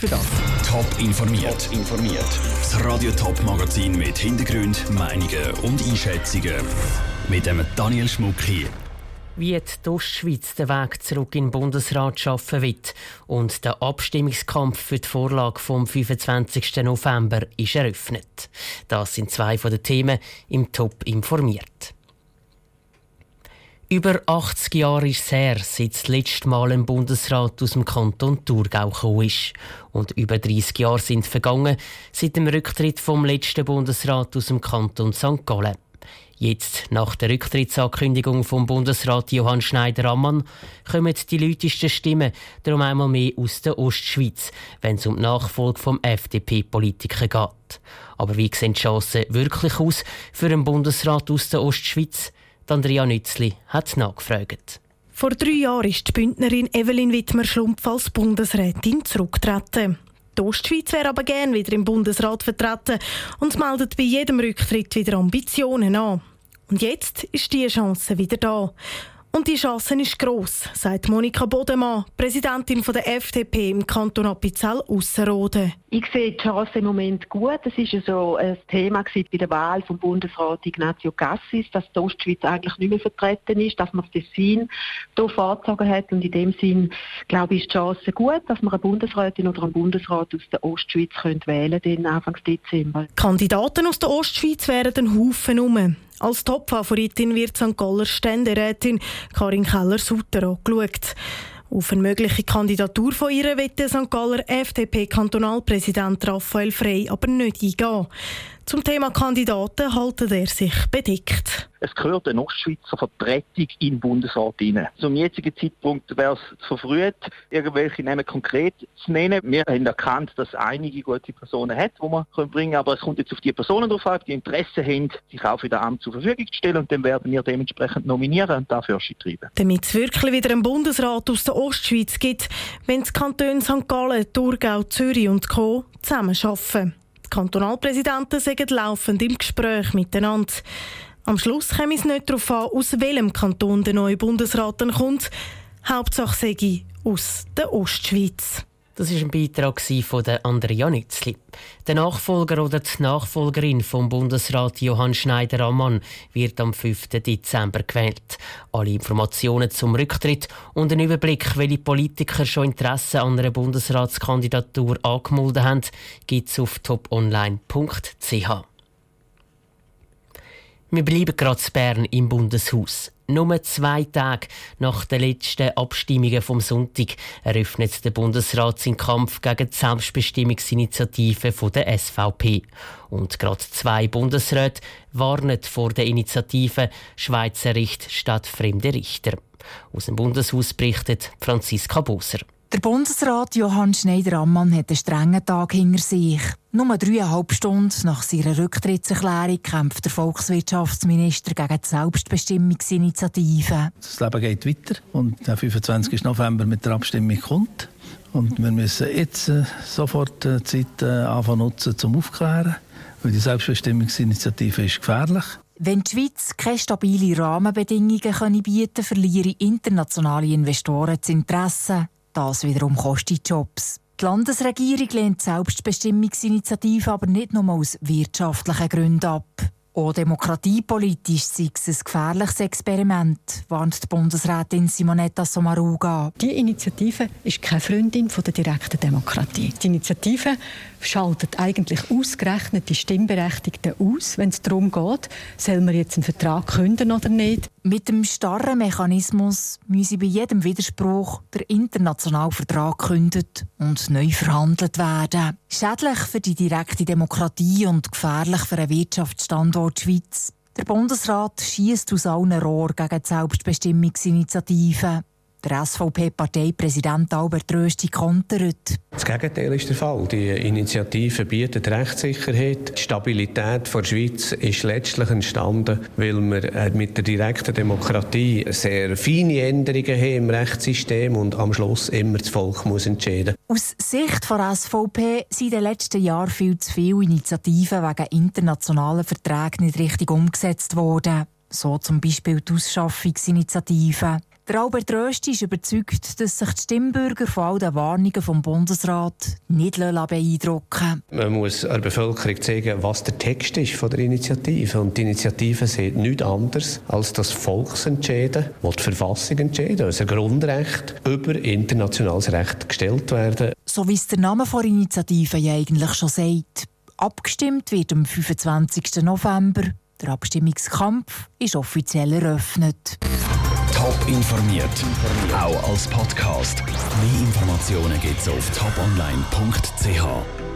für das. Top informiert. Das Radio Top Magazin mit Hintergrund, Meinungen und Einschätzungen. Mit dem Daniel Schmuck hier. Wie die Ostschweiz den Weg zurück in den Bundesrat schaffen wird und der Abstimmungskampf für die Vorlage vom 25. November ist eröffnet. Das sind zwei von den Themen im Top informiert. Über 80 Jahre ist es her, seit das letzte Mal ein Bundesrat aus dem Kanton Thurgau gekommen ist. Und über 30 Jahre sind vergangen seit dem Rücktritt vom letzten Bundesrat aus dem Kanton St. Gallen. Jetzt, nach der Rücktrittsankündigung vom Bundesrat Johann Schneider-Ammann, kommen die lautesten Stimmen darum einmal mehr aus der Ostschweiz, wenn es um die Nachfolge vom FDP-Politiker geht. Aber wie sehen die Chancen wirklich aus für einen Bundesrat aus der Ostschweiz? Andrea Nützli hat nachgefragt. Vor 3 Jahren ist die Bündnerin Evelyn Wittmer-Schlumpf als Bundesrätin zurückgetreten. Die Ostschweiz wäre aber gerne wieder im Bundesrat vertreten und meldet bei jedem Rücktritt wieder Ambitionen an. Und jetzt ist diese Chance wieder da. Und die Chance ist gross, sagt Monika Bodemann, Präsidentin der FDP im Kanton Appenzell-Ausserrhoden. Ich sehe die Chance im Moment gut. Das war ja so ein Thema bei der Wahl vom Bundesrat Ignazio Cassis, dass die Ostschweiz eigentlich nicht mehr vertreten ist, dass man das Tessin hier vorgezogen hat. Und in dem Sinn, glaube ich, ist die Chance gut, dass man eine Bundesrätin oder einen Bundesrat aus der Ostschweiz wählen können, Anfang Dezember. Kandidaten aus der Ostschweiz wären ein Haufen herum. Als Topfavoritin wird St. Galler Ständerätin Karin Keller-Sutter angeschaut. Auf eine mögliche Kandidatur von ihr will der St. Galler FDP-Kantonalpräsident Raphael Frey aber nicht eingehen. Zum Thema Kandidaten hält er sich bedeckt. Es gehört eine Ostschweizer Vertretung in den Bundesrat hinein. Zum jetzigen Zeitpunkt wäre es verfrüht, irgendwelche Namen konkret zu nennen. Wir haben erkannt, dass es einige gute Personen hat, die man bringen können, aber es kommt jetzt auf die Personen drauf an, die Interesse haben, sich auch für das Amt zur Verfügung zu stellen, und dann werden wir dementsprechend nominieren und dafür treiben. Damit es wirklich wieder einen Bundesrat aus der Ostschweiz gibt, wenn die Kantone St. Gallen, Thurgau, Zürich und Co. zusammenarbeiten. Die Kantonalpräsidenten sind laufend im Gespräch miteinander. Am Schluss käme es nicht darauf an, aus welchem Kanton der neue Bundesrat dann kommt. Hauptsache sei aus der Ostschweiz. Das war ein Beitrag von Andrea Nützli. Der Nachfolger oder die Nachfolgerin vom Bundesrat Johann Schneider-Ammann wird am 5. Dezember gewählt. Alle Informationen zum Rücktritt und einen Überblick, welche Politiker schon Interesse an einer Bundesratskandidatur angemeldet haben, gibt es auf toponline.ch. Wir bleiben gerade in Bern im Bundeshaus. Nur 2 Tage nach den letzten Abstimmungen vom Sonntag eröffnet der Bundesrat seinen Kampf gegen die Selbstbestimmungsinitiative der SVP. Und gerade 2 Bundesräte warnen vor der Initiative «Schweizer Recht statt fremde Richter». Aus dem Bundeshaus berichtet Franziska Boser. Der Bundesrat Johann Schneider-Ammann hat einen strengen Tag hinter sich. Nur 3,5 Stunden nach seiner Rücktrittserklärung kämpft der Volkswirtschaftsminister gegen die Selbstbestimmungsinitiative. Das Leben geht weiter und der 25. November mit der Abstimmung kommt. Und wir müssen jetzt sofort die Zeit anfangen nutzen, zum Aufklären, weil die Selbstbestimmungsinitiative ist gefährlich. Wenn die Schweiz keine stabilen Rahmenbedingungen bieten kann, verlieren internationale Investoren das Interesse. Das wiederum kostet Jobs. Die Landesregierung lehnt die Selbstbestimmungsinitiative aber nicht nur aus wirtschaftlichen Gründen ab. Auch demokratiepolitisch sei es ein gefährliches Experiment, warnt die Bundesrätin Simonetta Sommaruga. Die Initiative ist keine Freundin der direkten Demokratie. Die Initiative schaltet eigentlich ausgerechnet die Stimmberechtigten aus, wenn es darum geht, soll man jetzt einen Vertrag künden oder nicht. Mit dem starren Mechanismus müsse bei jedem Widerspruch der internationale Vertrag gekündigt und neu verhandelt werden. Schädlich für die direkte Demokratie und gefährlich für den Wirtschaftsstandort Schweiz. Der Bundesrat schiesst aus allen Rohren gegen die Selbstbestimmungsinitiative. Der SVP-Parteipräsident Albert Rösti kontert. Das Gegenteil ist der Fall. Die Initiative bietet Rechtssicherheit. Die Stabilität der Schweiz ist letztlich entstanden, weil wir mit der direkten Demokratie sehr feine Änderungen haben im Rechtssystem und am Schluss immer das Volk muss entscheiden. Aus Sicht der SVP sind in den letzten Jahren viel zu viele Initiativen wegen internationaler Verträge nicht richtig umgesetzt worden. So zum Beispiel die Ausschaffungsinitiative. Der Albert Rösti ist überzeugt, dass sich die Stimmbürger von all den Warnungen vom Bundesrat nicht beeindrucken lassen. Man muss der Bevölkerung zeigen, was der Text ist von der Initiative. Und die Initiative sieht nichts anderes als das Volksentscheiden, das die Verfassung entscheidet, also ein Grundrecht über internationales Recht gestellt werden. So wie es der Name der Initiative ja eigentlich schon sagt. Abgestimmt wird am 25. November. Der Abstimmungskampf ist offiziell eröffnet. Top informiert, auch als Podcast. Mehr Informationen gibt's auf toponline.ch.